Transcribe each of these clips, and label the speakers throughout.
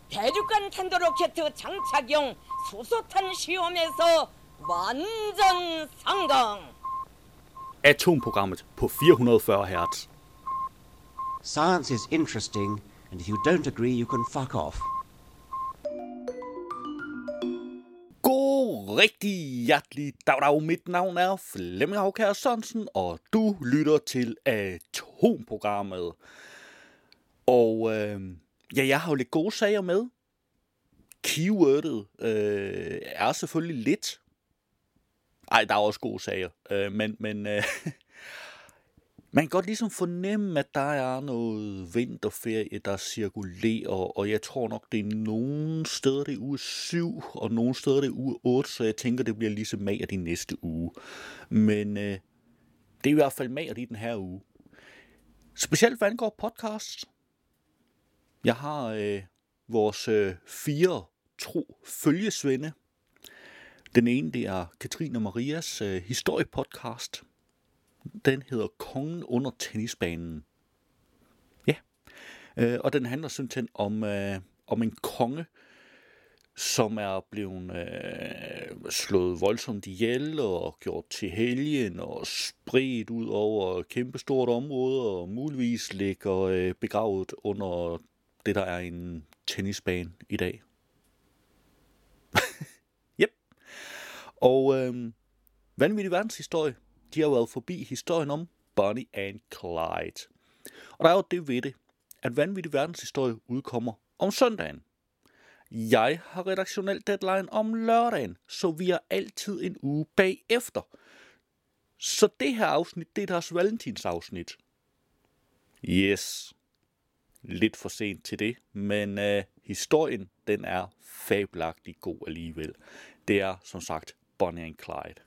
Speaker 1: 대륙간 탄도로켓 장착용 수소탄 시험에서 완전 성공.
Speaker 2: Atomprogrammet på 440 Hz.
Speaker 3: Science is interesting, and if you don't agree, you can fuck off.
Speaker 2: God rigtig hjertelig dag. Mit navn er Flemming Haukær Sørensen, og du lytter til Atomprogrammet. Og jeg har jo lidt gode sager med. Keywordet er selvfølgelig lidt. Ej, der er også gode sager. Men man kan godt ligesom fornemme, at der er noget vinterferie, der cirkulerer, og jeg tror nok, det er nogle steder, det er uge 7, og nogle steder, det er uge 8, så jeg tænker, det bliver ligesom magert i næste uge. Men det er i hvert fald magert i den her uge. Specielt hvad angår podcast. Jeg har vores 4 tro følgesvende. Den ene, det er Katrine Marias historiepodcast. Den hedder Kongen under tennisbanen. Ja. Og den handler simpelthen om en konge, som er blevet slået voldsomt ihjel og gjort til helgen og spredt ud over et kæmpestort område og muligvis ligger begravet under det, der er en tennisbane i dag. Yep. Og vanvittig verdenshistorie. De har været forbi historien om Bonnie and Clyde. Og der er jo det ved det, at vanvittig verdenshistorie udkommer om søndagen. Jeg har redaktionel deadline om lørdagen, så vi er altid en uge bagefter. Så det her afsnit, det er deres valentinsafsnit. Yes. Lidt for sent til det, men historien, den er fabelagtig god alligevel. Det er, som sagt, Bonnie and Clyde.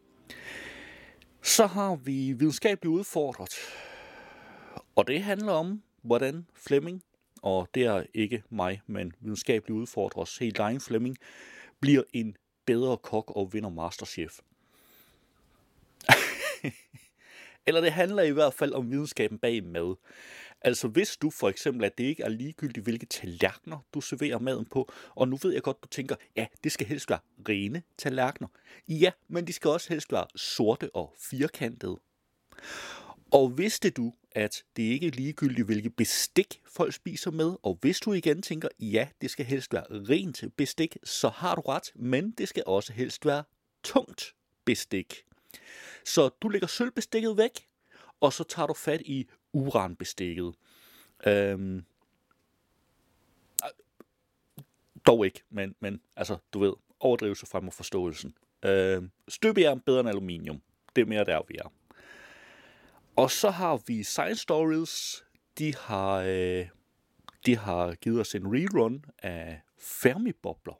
Speaker 2: Så har vi videnskabeligt udfordret, og det handler om, hvordan Flemming, og det er ikke mig, men videnskabeligt udfordret helt egen Flemming, bliver en bedre kok og vinder Masterchef. Eller det handler i hvert fald om videnskaben bag mad. Altså hvis du for eksempel, at det ikke er ligegyldigt, hvilke tallerkener du serverer maden på, og nu ved jeg godt, du tænker, ja, det skal helst være rene tallerkener. Ja, men de skal også helst være sorte og firkantede. Og vidste du, at det ikke er ligegyldigt, hvilke bestik folk spiser med, og hvis du igen tænker, ja, det skal helst være rent bestik, så har du ret, men det skal også helst være tungt bestik. Så du lægger sølvbestikket væk, og så tager du fat i uranbestikket. Dog ikke, men altså, du ved, overdrivelse frem og forståelsen. Støbejern er bedre end aluminium. Det er mere der, vi er. Og så har vi Science Stories. De har givet os en rerun af Fermi-bobler.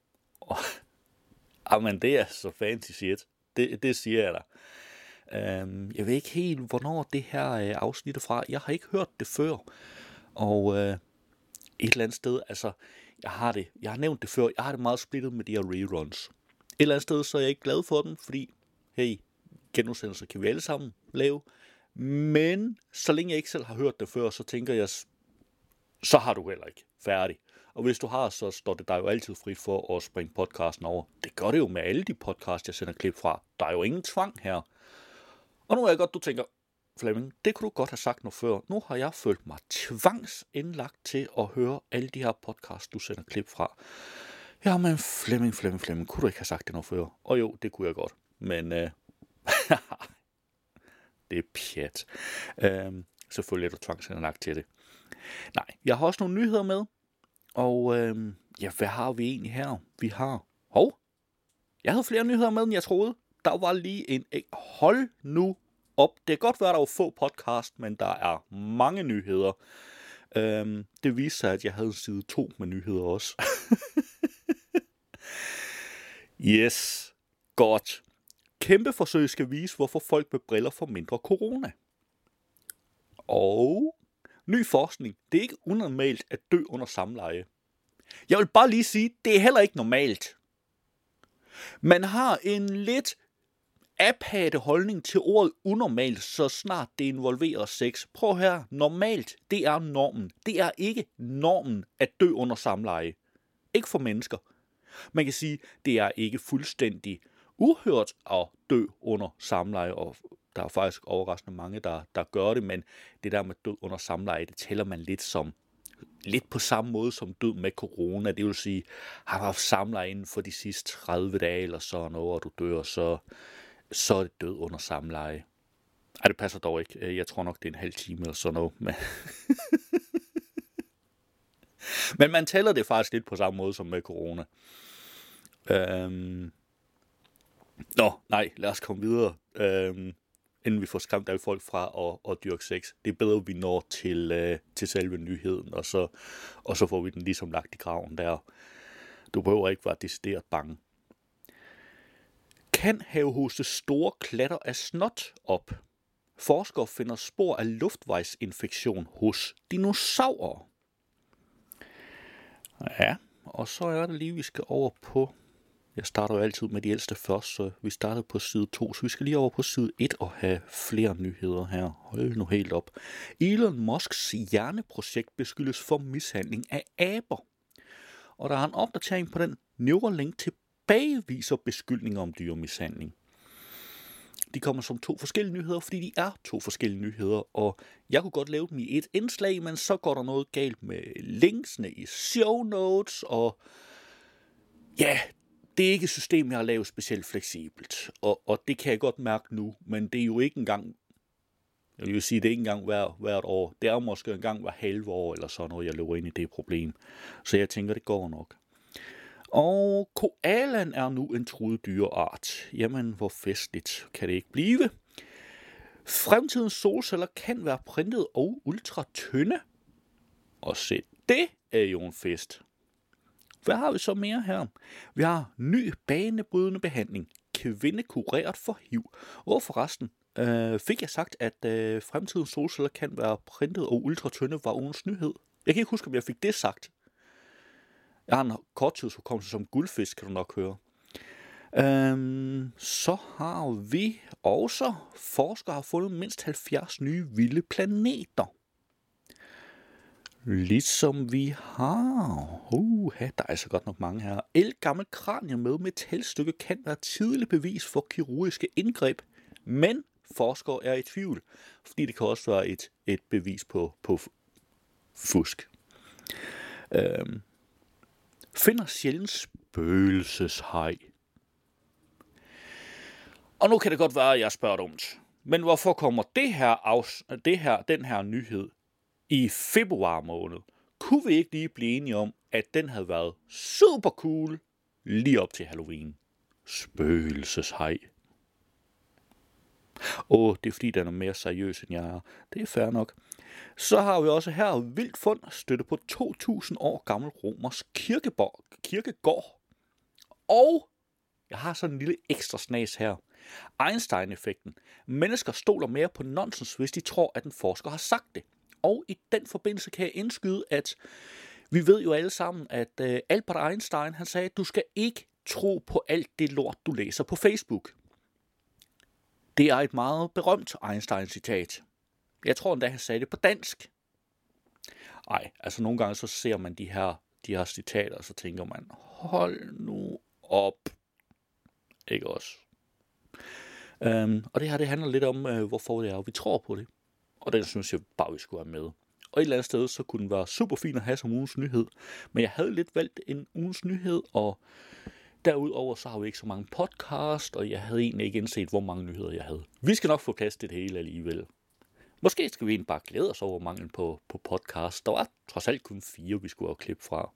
Speaker 2: Men det er så fancy shit. Det siger jeg dig. Jeg ved ikke helt, hvornår det her afsnit er fra. Jeg har ikke hørt det før. Og et eller andet sted, altså, jeg har nævnt det før, jeg har det meget splittet med de her reruns. Et eller andet sted, så er jeg ikke glad for den, fordi, hey, genudsendelser kan vi alle sammen lave. Men så længe jeg ikke selv har hørt det før, så tænker jeg, så har du heller ikke færdig. Og hvis du har, så står det dig jo altid frit for at springe podcasten over. Det gør det jo med alle de podcasts, jeg sender klip fra. Der er jo ingen tvang her. Og nu er jeg godt, du tænker, Flemming, det kunne du godt have sagt noget før. Nu har jeg følt mig tvangsindlagt til at høre alle de her podcasts, du sender klip fra. Jamen, Flemming, kunne du ikke have sagt det noget før? Og jo, det kunne jeg godt. Men det er pjat. Selvfølgelig er du tvangsindlagt til det. Nej, jeg har også nogle nyheder med. Og ja, hvad har vi egentlig her? Vi har... jeg havde flere nyheder med, end jeg troede. Der var lige en... Hold nu op. Det kan godt være, der var få podcast, men der er mange nyheder. Det viste sig, at jeg havde side 2 med nyheder også. Yes. Godt. Kæmpe forsøg skal vise, hvorfor folk med briller får mindre corona. Og ny forskning. Det er ikke unormalt at dø under samleje. Jeg vil bare lige sige, det er heller ikke normalt. Man har en lidt aphate holdning til ordet unormalt, så snart det involverer sex. Prøv her, normalt, det er normen. Det er ikke normen at dø under samleje. Ikke for mennesker. Man kan sige, det er ikke fuldstændig uhørt at dø under samleje, og der er faktisk overraskende mange, der gør det, men det der med død under samleje, det tæller man lidt på samme måde som død med corona. Det vil sige, har du haft samleje inden for de sidste 30 dage eller sådan noget, og du dør, så er det død under samleje. Ej, det passer dog ikke. Jeg tror nok, det er en halv time eller sådan noget. Men man tæller det faktisk lidt på samme måde som med corona. Lad os komme videre. Inden vi får skræmt alle folk fra at dyrke sex. Det er bedre, at vi når til selve nyheden, og så får vi den ligesom lagt i graven der. Du behøver ikke være decideret bange. Kan have hostet store klatter af snot op. Forskere finder spor af luftvejsinfektion hos dinosaurer. Ja, og så er det lige, vi skal over på... Jeg starter jo altid med de ældste først, så vi startede på side 2, så vi skal lige over på side 1 og have flere nyheder her. Hold nu helt op. Elon Musks hjerneprojekt beskyldes for mishandling af aber. Og der er en opdatering på den. Neuralink tilbageviser beskyldninger om dyremishandling. De kommer som 2 forskellige nyheder, fordi de er 2 forskellige nyheder, og jeg kunne godt lave dem i et indslag, men så går der noget galt med linksene i show notes, og ja, det er ikke et system, jeg har lavet specielt fleksibelt, og det kan jeg godt mærke nu, men det er jo ikke engang, jeg vil sige, det er ikke engang hvert år, det er måske engang hver halve år, eller sådan noget, jeg løber ind i det problem, så jeg tænker, det går nok. Og koalaen er nu en truet dyreart. Jamen, hvor festligt kan det ikke blive? Fremtidens solceller kan være printet og ultratynde. Og se, det er jo en fest. Hvad har vi så mere her? Vi har ny banebrydende behandling. Kvinde kureret for HIV. Og forresten fik jeg sagt, at fremtidens solceller kan være printet og ultratynde var ugens nyhed. Jeg kan ikke huske, om jeg fik det sagt. Jeg har en korttidshukommelse som guldfisk, kan du nok høre. Så har vi også, forskere har fundet mindst 70 nye vilde planeter. Ligesom vi har... der er så godt nok mange her. Ældgammel kranie med metalstykke kan være tidligt bevis for kirurgiske indgreb, men forskere er i tvivl, fordi det kan også være et bevis på fusk. Finder sjældent spøgelseshaj. Og nu kan det godt være, at jeg spørger dumt. Men hvorfor kommer den her nyhed i februar måned? Kunne vi ikke lige blive enige om, at den havde været super cool lige op til Halloween? Spøgelseshaj. Det er fordi, den er mere seriøs, end jeg er. Det er fair nok. Så har vi også her vildt fund støtte på 2000 år gammel romersk kirkegård. Og jeg har sådan en lille ekstra snas her. Einstein-effekten. Mennesker stoler mere på nonsens, hvis de tror, at en forsker har sagt det. Og i den forbindelse kan jeg indskyde, at vi ved jo alle sammen, at Albert Einstein han sagde, at du skal ikke tro på alt det lort, du læser på Facebook. Det er et meget berømt Einstein-citat. Jeg tror endda, han sagde det på dansk. Altså nogle gange så ser man de her citater, og så tænker man, hold nu op. Ikke også? Og det her, det handler lidt om, hvorfor det er, og vi tror på det. Og den synes jeg bare, vi skulle have med. Og et eller andet sted, så kunne den være super fin at have som ugens nyhed. Men jeg havde lidt valgt en ugens nyhed, og derudover så har vi ikke så mange podcast, og jeg havde egentlig ikke indset, hvor mange nyheder jeg havde. Vi skal nok få plads til det hele alligevel. Måske skal vi egentlig bare glæde os over manglen på podcast. Der var trods alt kun 4, vi skulle have klip fra.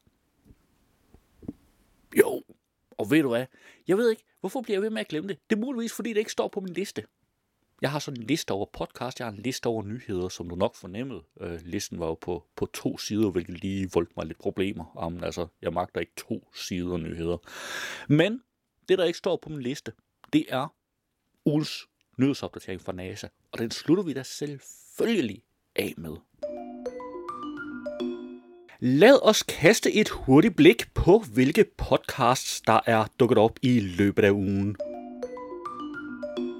Speaker 2: Jo, og ved du hvad? Jeg ved ikke, hvorfor bliver jeg ved med at glemme det? Det er muligvis, fordi det ikke står på min liste. Jeg har sådan en liste over podcast, jeg har en liste over nyheder, som du nok fornemmede. Listen var jo på 2 sider, hvilket lige voldte mig lidt problemer. Jeg magter ikke 2 sider nyheder. Men det, der ikke står på min liste, det er ugens nyhedsopdatering fra NASA. Og den slutter vi da selvfølgelig af med. Lad os kaste et hurtigt blik på, hvilke podcasts, der er dukket op i løbet af ugen.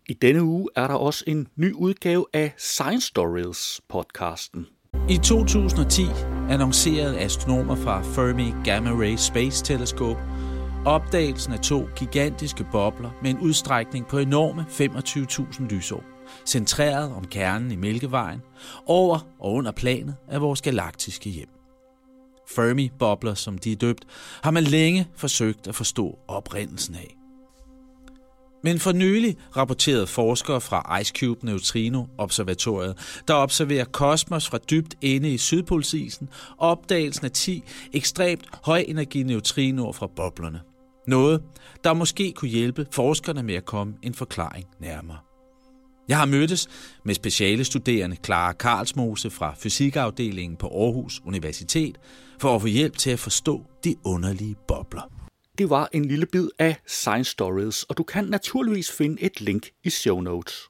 Speaker 2: I denne uge er der også en ny udgave af Science Stories podcasten.
Speaker 4: I 2010 annoncerede astronomer fra Fermi Gamma Ray Space Telescope opdagelsen af 2 gigantiske bobler med en udstrækning på enorme 25.000 lysår, centreret om kernen i Mælkevejen, over og under planet af vores galaktiske hjem. Fermi-bobler, som de er døbt, har man længe forsøgt at forstå oprindelsen af. Men for nylig rapporterede forskere fra IceCube Neutrino Observatoriet, der observerer kosmos fra dybt inde i sydpolsisen, opdagelsen af 10 ekstremt højenergineutrinoer fra boblerne. Noget, der måske kunne hjælpe forskerne med at komme en forklaring nærmere. Jeg har mødtes med specialestuderende Clara Karlsmose fra fysikafdelingen på Aarhus Universitet for at få hjælp til at forstå de underlige bobler.
Speaker 2: Det var en lille bid af Science Stories, og du kan naturligvis finde et link i show notes.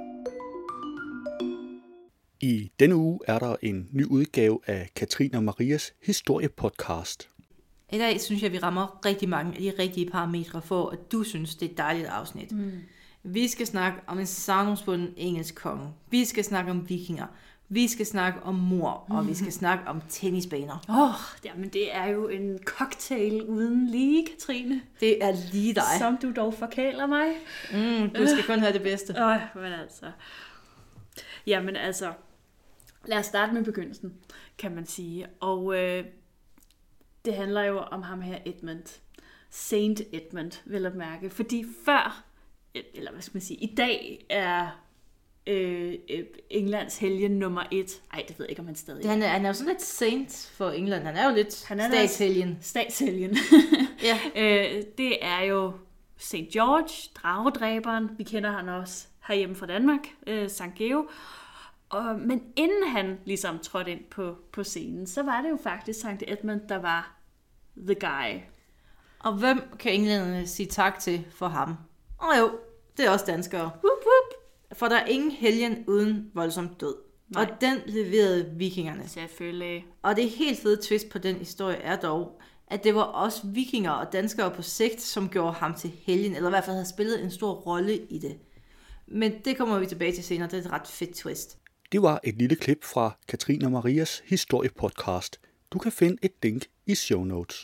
Speaker 2: I denne uge er der en ny udgave af Katrine og Marias historiepodcast.
Speaker 5: I dag synes jeg, vi rammer rigtig mange af de rigtige parametre for, at du synes, det er et dejligt afsnit. Vi skal snakke om en sagnomspunden engelsk konge. Vi skal snakke om vikinger. Vi skal snakke om mord, og vi skal snakke om tennisbaner.
Speaker 6: Jamen det er jo en cocktail uden lige, Katrine.
Speaker 5: Det er lige dig.
Speaker 6: Som du dog forkæler mig.
Speaker 5: Du skal kun have det bedste.
Speaker 6: Men altså. Jamen altså, lad os starte med begyndelsen, kan man sige. Og det handler jo om ham her Edmund. Saint Edmund, vil jeg mærke. Fordi før, eller hvad skal man sige, i dag er Englands helgen nummer 1. Ej, det ved jeg ikke, om han stadig er.
Speaker 5: Han er jo sådan lidt saint for England. Han er jo lidt statshelgen.
Speaker 6: Statshelgen.
Speaker 5: Ja.
Speaker 6: Det er jo St. George, dragedræberen. Vi kender han også herhjemme fra Danmark, Sankt Georg. Men inden han ligesom trådte ind på scenen, så var det jo faktisk Sankt Edmund, der var the guy.
Speaker 5: Og hvem kan englænderne sige tak til for ham? Jo, det er også danskere.
Speaker 6: Whoop, whoop.
Speaker 5: For der er ingen helgen uden voldsom død.
Speaker 6: Nej.
Speaker 5: Og den leverede vikingerne.
Speaker 6: Selvfølgelig.
Speaker 5: Og det helt fede twist på den historie er dog, at det var også vikinger og danskere på sigt, som gjorde ham til helgen, eller i hvert fald havde spillet en stor rolle i det. Men det kommer vi tilbage til senere. Det er et ret fedt twist.
Speaker 2: Det var et lille klip fra Katrine og Marias historiepodcast. Du kan finde et link i show notes.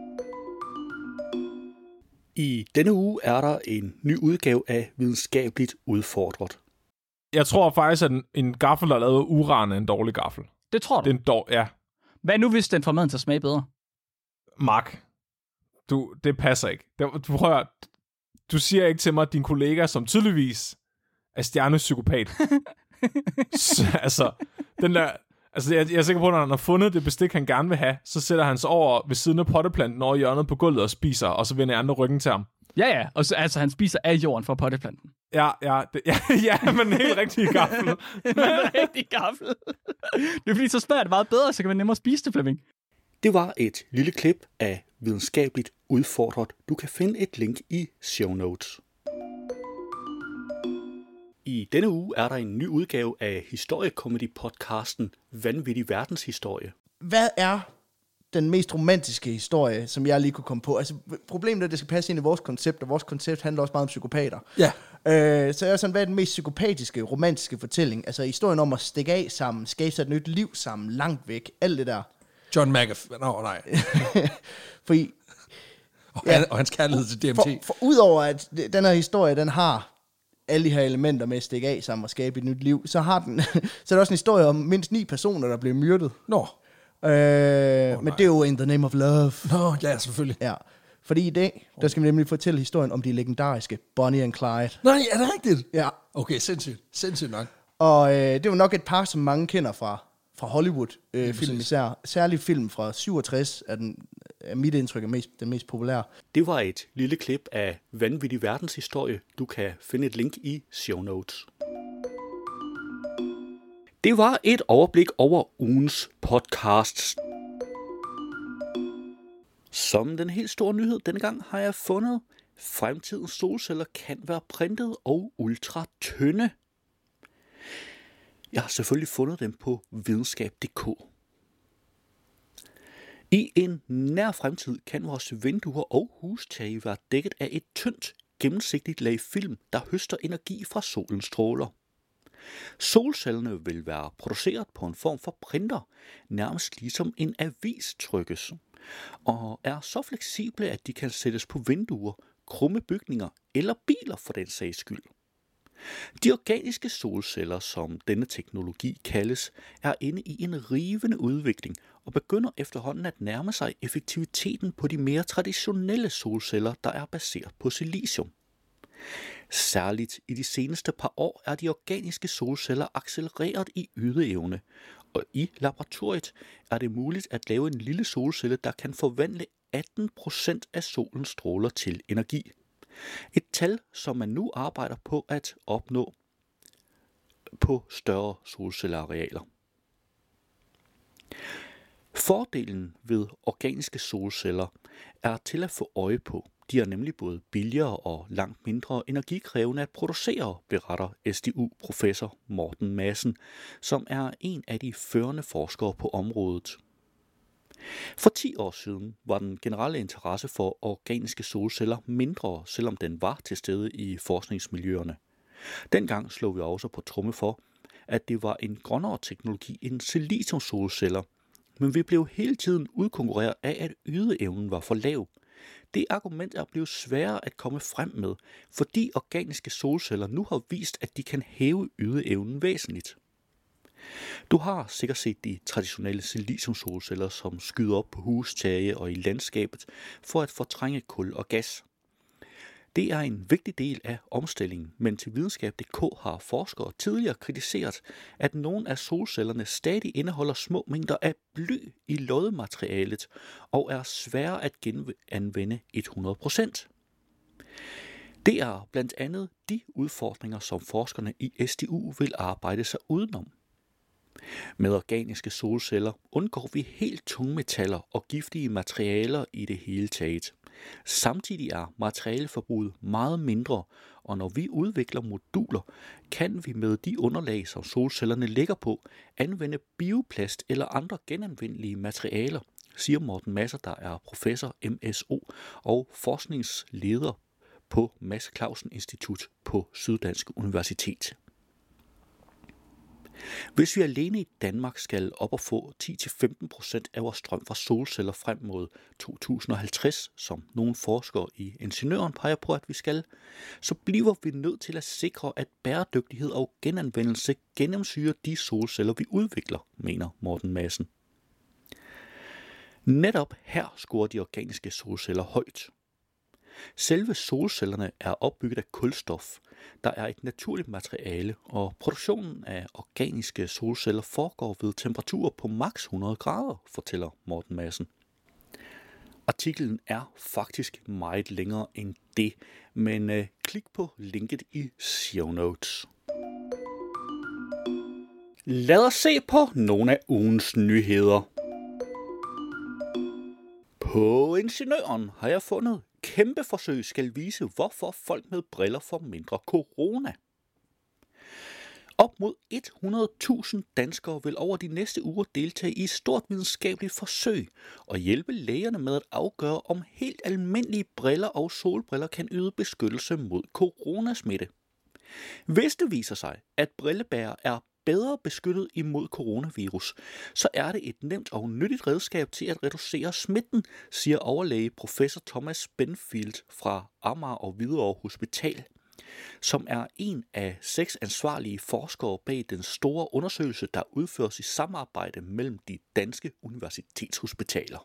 Speaker 2: I denne uge er der en ny udgave af Videnskabeligt Udfordret.
Speaker 7: Jeg tror faktisk, at en gaffel, der er lavet af uran, er en dårlig gaffel.
Speaker 8: Det tror du?
Speaker 7: Ja.
Speaker 8: Hvad nu, hvis den får maden til at smage bedre?
Speaker 7: Mark, det passer ikke. Du siger ikke til mig, at din kollega, som tydeligvis er stjernepsykopat. Jeg er sikker på, at når han har fundet det bestik, han gerne vil have, så sætter han sig over ved siden af potteplanten over hjørnet på gulvet og spiser, og så vender andre ryggen til ham.
Speaker 8: Ja, og så, altså han spiser af jorden fra potteplanten.
Speaker 7: Ja, men en helt rigtig gaffel.
Speaker 8: Det er fordi, så smager det meget bedre, så kan man nemmere spise det, Flemming.
Speaker 2: Det var et lille klip af Videnskabeligt Udfordret. Du kan finde et link i show notes. I denne uge er der en ny udgave af historiekomedy-podcasten Vanvittig Verdenshistorie.
Speaker 9: Hvad er den mest romantiske historie, som jeg lige kunne komme på? Altså, problemet er, at det skal passe ind i vores koncept, og vores koncept handler også meget om psykopater.
Speaker 10: Ja.
Speaker 9: Så er sådan, hvad er den mest psykopatiske, romantiske fortælling? Altså, historien om at stikke af sammen, skabe sig et nyt liv sammen, langt væk, alt det der.
Speaker 10: John McAfee. Nej.
Speaker 9: Fordi...
Speaker 10: Og hans kærlighed til DMT.
Speaker 9: For udover at den her historie, den har alle de her elementer med at stikke af sammen og skabe et nyt liv, så er der også en historie om mindst 9 personer, der blev myrdet.
Speaker 10: Nå.
Speaker 9: Men det er jo In the Name of Love.
Speaker 10: Nå, ja, selvfølgelig.
Speaker 9: Ja. Fordi i dag, der skal vi nemlig fortælle historien om de legendariske Bonnie and Clyde.
Speaker 10: Nej, er det rigtigt?
Speaker 9: Ja.
Speaker 10: Okay, sindssygt nok.
Speaker 9: Og det er jo nok et par, som mange kender fra Hollywood-film især. Særligt film fra 67 er mit indtryk den mest populære.
Speaker 2: Det var et lille klip af Vanvittig Verdenshistorie. Du kan finde et link i show notes. Det var et overblik over ugens podcasts. Som den helt store nyhed denne gang har jeg fundet, fremtidens solceller kan være printet og ultra tynde. Jeg har selvfølgelig fundet dem på videnskab.dk. I en nær fremtid kan vores vinduer og hustage være dækket af et tyndt gennemsigtigt lag film, der høster energi fra solens stråler. Solcellerne vil være produceret på en form for printer, nærmest ligesom en avis trykkes, og er så fleksible, at de kan sættes på vinduer, krumme bygninger eller biler for den sags skyld. De organiske solceller, som denne teknologi kaldes, er inde i en rivende udvikling og begynder efterhånden at nærme sig effektiviteten på de mere traditionelle solceller, der er baseret på silicium. Særligt i de seneste par år er de organiske solceller accelereret i ydeevne, og i laboratoriet er det muligt at lave en lille solcelle, der kan forvandle 18% af solens stråler til energi. Et tal, som man nu arbejder på at opnå på større solcellearealer. Fordelen ved organiske solceller er til at få øje på. De er nemlig både billigere og langt mindre energikrævende at producere, beretter SDU-professor Morten Madsen, som er en af de førende forskere på området. For 10 år siden var den generelle interesse for organiske solceller mindre, selvom den var til stede i forskningsmiljøerne. Dengang slog vi også på tromme for, at det var en grønnere teknologi end siliciumsolceller, men vi blev hele tiden udkonkurreret af, at ydeevnen var for lav. Det argument er blevet sværere at komme frem med, fordi organiske solceller nu har vist, at de kan hæve ydeevnen væsentligt. Du har sikkert set de traditionelle siliciumsolceller, som skyder op på hustage og i landskabet for at fortrænge kul og gas. Det er en vigtig del af omstillingen, men til videnskab.dk har forskere tidligere kritiseret, at nogle af solcellerne stadig indeholder små mængder af bly i loddematerialet og er svære at genanvende 100%. Det er blandt andet de udfordringer, som forskerne i SDU vil arbejde sig udenom. Med organiske solceller undgår vi helt tungmetaller og giftige materialer i det hele taget. Samtidig er materialeforbruget meget mindre, og når vi udvikler moduler, kan vi med de underlag, som solcellerne ligger på, anvende bioplast eller andre genanvendelige materialer, siger Morten Masser, der er professor MSO og forskningsleder på Mads Clausen Institut på Syddansk Universitet. Hvis vi alene i Danmark skal op og få 10-15% af vores strøm fra solceller frem mod 2050, som nogle forskere i Ingeniøren peger på, at vi skal, så bliver vi nødt til at sikre, at bæredygtighed og genanvendelse gennemsyrer de solceller, vi udvikler, mener Morten Madsen. Netop her scorer de organiske solceller højt. Selve solcellerne er opbygget af kulstof, der er et naturligt materiale, og produktionen af organiske solceller foregår ved temperaturer på maks 100 grader, fortæller Morten Madsen. Artiklen er faktisk meget længere end det, men klik på linket i show notes. Lad os se på nogle af ugens nyheder. På Ingeniøren har jeg fundet kæmpe forsøg skal vise, hvorfor folk med briller får mindre corona. Op mod 100.000 danskere vil over de næste uger deltage i et stort videnskabeligt forsøg og hjælpe lægerne med at afgøre, om helt almindelige briller og solbriller kan yde beskyttelse mod coronasmitte. Hvis det viser sig, at brillebærere er bedre beskyttet imod coronavirus, så er det et nemt og nyttigt redskab til at reducere smitten, siger overlæge professor Thomas Benfield fra Amager og Hvidovre Hospital, som er en af 6 ansvarlige forskere bag den store undersøgelse, der udføres i samarbejde mellem de danske universitetshospitaler.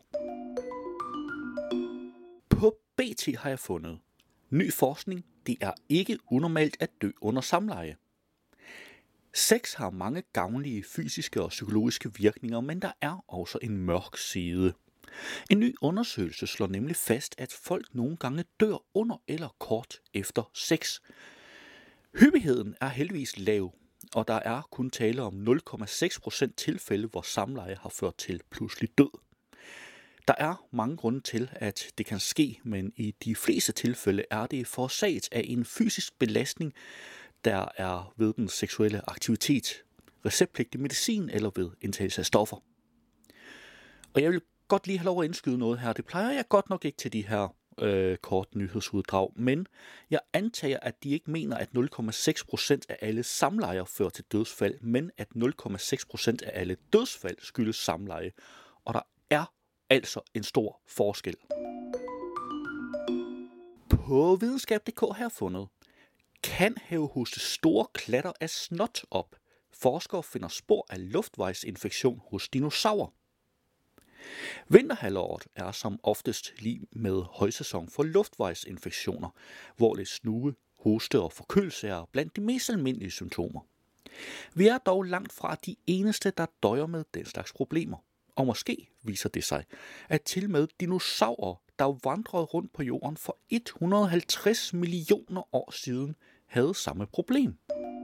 Speaker 2: På BT har jeg fundet ny forskning. Det er ikke unormalt at dø under samleje. Sex har mange gavnlige fysiske og psykologiske virkninger, men der er også en mørk side. En ny undersøgelse slår nemlig fast, at folk nogle gange dør under eller kort efter sex. Hyppigheden er heldigvis lav, og der er kun tale om 0,6% tilfælde, hvor samleje har ført til pludselig død. Der er mange grunde til, at det kan ske, men i de fleste tilfælde er det forårsaget af en fysisk belastning, der er ved den seksuelle aktivitet, receptpligtig medicin eller ved indtagelse af stoffer. Og jeg vil godt lige have lov at indskyde noget her. Det plejer jeg godt nok ikke til de her kort nyhedsuddrag, men jeg antager, at de ikke mener, at 0,6% af alle samlejer fører til dødsfald, men at 0,6% af alle dødsfald skyldes samleje. Og der er altså en stor forskel. På videnskab.dk har jeg fundet, kan havehoste store klatter af snot op. Forskere finder spor af luftvejsinfektion hos dinosaurer. Vinterhalvåret er som oftest lig med højsæson for luftvejsinfektioner, hvor det snue, hoste og forkølelse er blandt de mest almindelige symptomer. Vi er dog langt fra de eneste, der døjer med den slags problemer. Og måske viser det sig, at til med dinosaurer, der vandrede rundt på jorden for 150 millioner år siden, havde samme problem.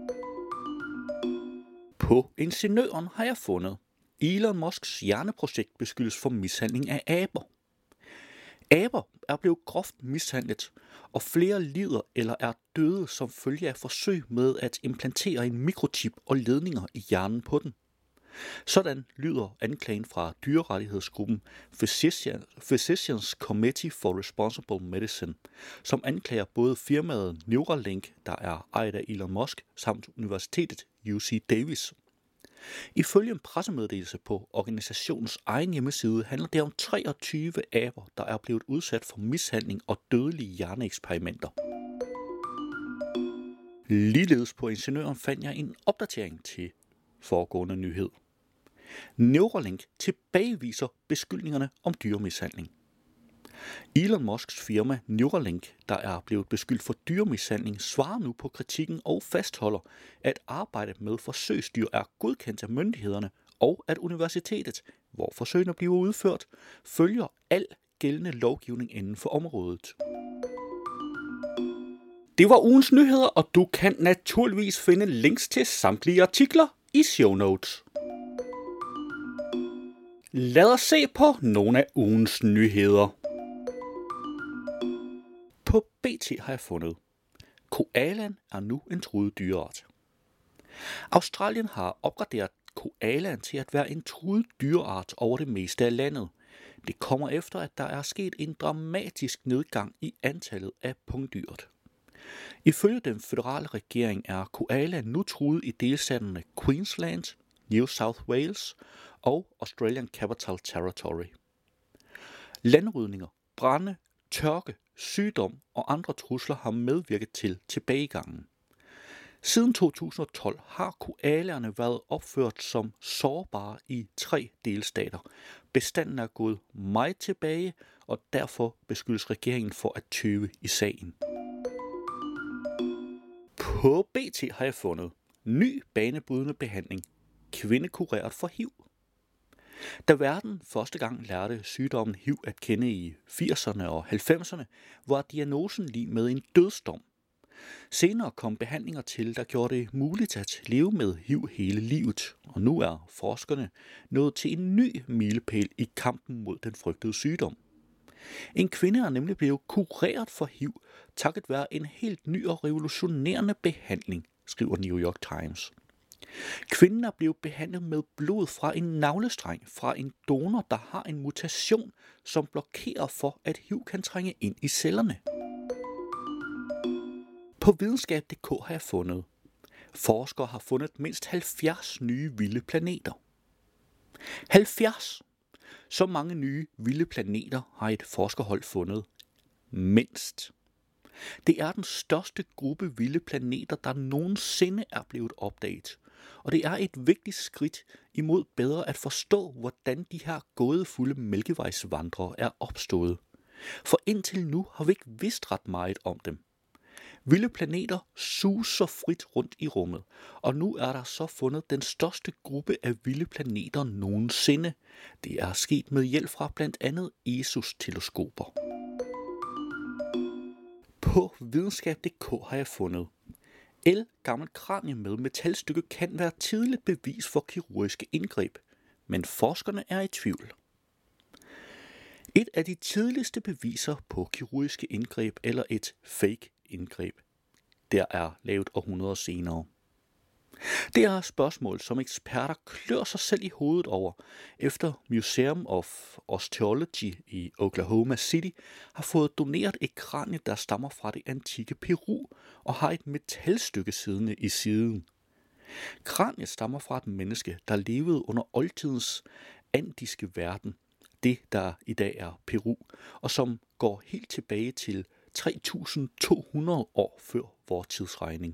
Speaker 2: På Ingeniøren har jeg fundet, Elon Musks hjerneprojekt beskyldes for mishandling af aber. Aber er blevet groft mishandlet, og flere lider eller er døde som følge af forsøg med at implantere en mikrochip og ledninger i hjernen på den. Sådan lyder anklagen fra dyrerettighedsgruppen Physicians Committee for Responsible Medicine, som anklager både firmaet Neuralink, der er ejet af Elon Musk, samt universitetet UC Davis. Ifølge en pressemeddelelse på organisationens egen hjemmeside handler det om 23 aber, der er blevet udsat for mishandling og dødelige hjerneeksperimenter. Ligeledes på Ingeniøren fandt jeg en opdatering til foregående nyhed. Neuralink tilbageviser beskyldningerne om dyremishandling. Elon Musks firma Neuralink, der er blevet beskyldt for dyremishandling, svarer nu på kritikken og fastholder, at arbejdet med forsøgsdyr er godkendt af myndighederne, og at universitetet, hvor forsøgene bliver udført, følger al gældende lovgivning inden for området. Det var ugens nyheder, og du kan naturligvis finde links til samtlige artikler i show notes. Lad os se på nogle af ugens nyheder. På BT har jeg fundet, koalaen er nu en truet dyreart. Australien har opgraderet koalaen til at være en truet dyreart over det meste af landet. Det kommer efter, at der er sket en dramatisk nedgang i antallet af pungdyret. Ifølge den føderale regering er koalaen nu truet i delstaterne Queensland, New South Wales og Australian Capital Territory. Landrydninger, brande, tørke, sygdom og andre trusler har medvirket til tilbagegangen. Siden 2012 har koalaerne været opført som sårbare i 3 delstater. Bestanden er gået meget tilbage, og derfor beskyldes regeringen for at tøve i sagen. På BT har jeg fundet ny banebrydende behandling. Kvinde kureret for HIV. Da verden første gang lærte sygdommen HIV at kende i 80'erne og 90'erne, var diagnosen lig med en dødsdom. Senere kom behandlinger til, der gjorde det muligt at leve med HIV hele livet, og nu er forskerne nået til en ny milepæl i kampen mod den frygtede sygdom. En kvinde er nemlig blevet kureret for HIV, takket være en helt ny og revolutionerende behandling, skriver New York Times. Kvinden er blevet behandlet med blod fra en navlestreng fra en donor, der har en mutation, som blokerer for, at HIV kan trænge ind i cellerne. På videnskab.dk har jeg fundet, forskere har fundet mindst 70 nye vilde planeter. 70! Så mange nye vilde planeter har et forskerhold fundet. Mindst. Det er den største gruppe vilde planeter, der nogensinde er blevet opdaget. Og det er et vigtigt skridt imod bedre at forstå, hvordan de her gådefulde mælkevejsvandrere er opstået. For indtil nu har vi ikke vidst ret meget om dem. Vilde planeter suser frit rundt i rummet, og nu er der så fundet den største gruppe af vilde planeter nogensinde. Det er sket med hjælp fra blandt andet ESOS-teleskoper. På videnskab.dk har jeg fundet, gammelt kranie med metalstykke kan være tidligt bevis for kirurgiske indgreb, men forskerne er i tvivl. Et af de tidligste beviser på kirurgiske indgreb eller et fake indgreb, der er lavet århundreder senere. Det er spørgsmål, som eksperter klør sig selv i hovedet over, efter Museum of Osteology i Oklahoma City har fået doneret et kranie, der stammer fra det antikke Peru og har et metalstykke siddende i siden. Kraniet stammer fra et menneske, der levede under oldtidens andiske verden, det der i dag er Peru, og som går helt tilbage til 3.200 år før vor tidsregning.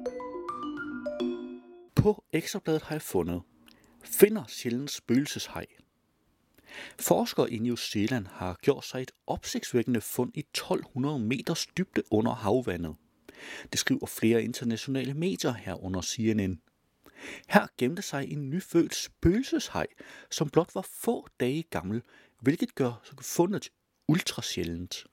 Speaker 2: På Ekstrabladet har jeg finder sjældent spøgelseshaj. Forskere i New Zealand har gjort sig et opsigtsvækkende fund i 1200 meters dybde under havvandet. Det skriver flere internationale medier herunder CNN. Her gemte sig en nyfødt spøgelseshaj, som blot var få dage gammel, hvilket gør fundet ultra sjældent.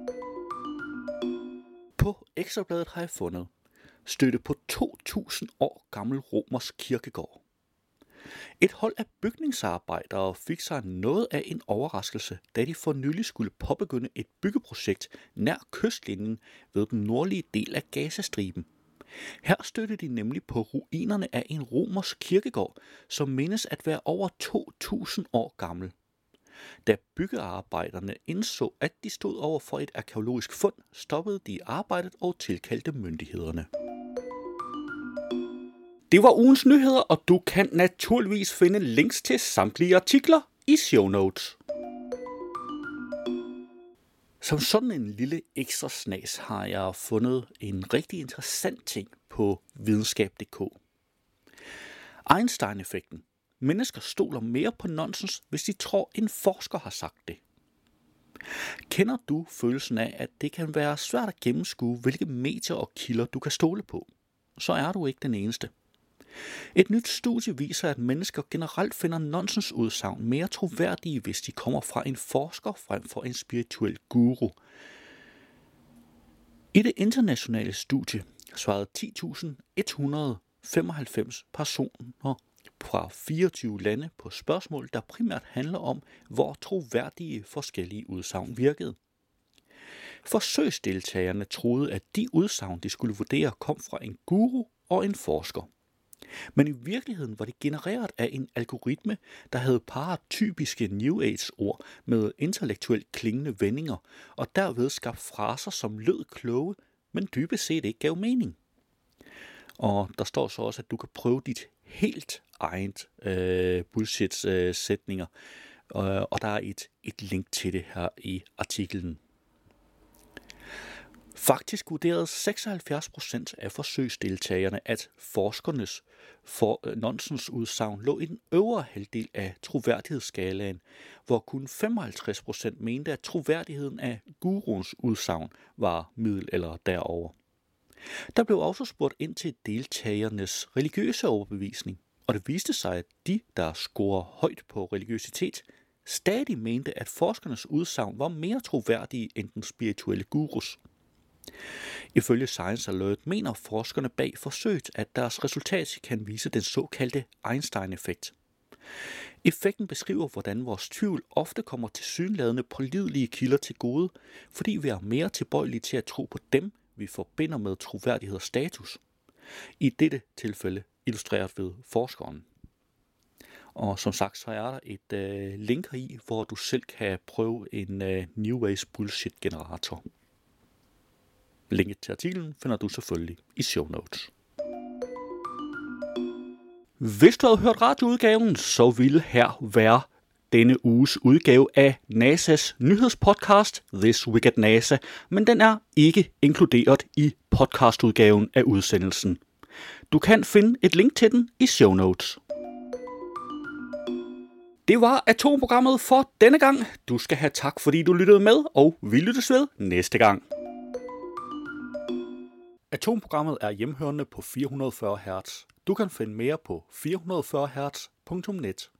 Speaker 2: På Ekstrabladet har jeg støtte på 2000 år gammel romersk kirkegård. Et hold af bygningsarbejdere fik sig noget af en overraskelse, da de for nylig skulle påbegynde et byggeprojekt nær kystlinjen ved den nordlige del af Gazastriben. Her støttede de nemlig på ruinerne af en romersk kirkegård, som menes at være over 2000 år gammel. Da byggearbejderne indså, at de stod over for et arkæologisk fund, stoppede de arbejdet og tilkaldte myndighederne. Det var ugens nyheder, og du kan naturligvis finde links til samtlige artikler i show notes. Som sådan en lille ekstra snas har jeg fundet en rigtig interessant ting på videnskab.dk. Einstein-effekten. Mennesker stoler mere på nonsens, hvis de tror, en forsker har sagt det. Kender du følelsen af, at det kan være svært at gennemskue, hvilke medier og kilder du kan stole på? Så er du ikke den eneste. Et nyt studie viser, at mennesker generelt finder nonsensudsagn mere troværdige, hvis de kommer fra en forsker frem for en spirituel guru. I det internationale studie svarede 10.195 personer fra 24 lande på spørgsmål, der primært handler om, hvor troværdige forskellige udsagn virkede. Forsøgsdeltagerne troede, at de udsagn, de skulle vurdere, kom fra en guru og en forsker. Men i virkeligheden var det genereret af en algoritme, der havde parret typiske New Age-ord med intellektuelt klingende vendinger, og derved skabt fraser, som lød kloge, men dybest set ikke gav mening. Og der står så også, at du kan prøve dit helt eget bullshit-sætninger, og der er et link til det her i artiklen. Faktisk vurderede 76% af forsøgsdeltagerne, at forskernes nonsensudsagn lå i den øvre halvdel af troværdighedsskalaen, hvor kun 55% mente, at troværdigheden af guruens udsagn var middel eller derover. Der blev også spurgt ind til deltagernes religiøse overbevisning, og det viste sig, at de, der scorer højt på religiøsitet, stadig mente, at forskernes udsagn var mere troværdige end den spirituelle gurus. Ifølge Science Alert mener forskerne bag forsøget, at deres resultat kan vise den såkaldte Einstein-effekt. Effekten beskriver, hvordan vores tvivl ofte kommer tilsyneladende pålidelige kilder til gode, fordi vi er mere tilbøjelige til at tro på dem, vi forbinder med troværdighed og status. I dette tilfælde illustreret ved forskeren. Og som sagt, så er der et link i, hvor du selv kan prøve en New Age bullshit generator. Linket til artiklen finder du selvfølgelig i show notes. Hvis du havde hørt radioudgaven, så ville her være denne uges udgave af NASA's nyhedspodcast This Week at NASA, men den er ikke inkluderet i podcastudgaven af udsendelsen. Du kan finde et link til den i show notes. Det var Atomprogrammet for denne gang. Du skal have tak, fordi du lyttede med, og vi lyttes ved næste gang. Atomprogrammet er hjemhørende på 440 Hz. Du kan finde mere på 440hz.net.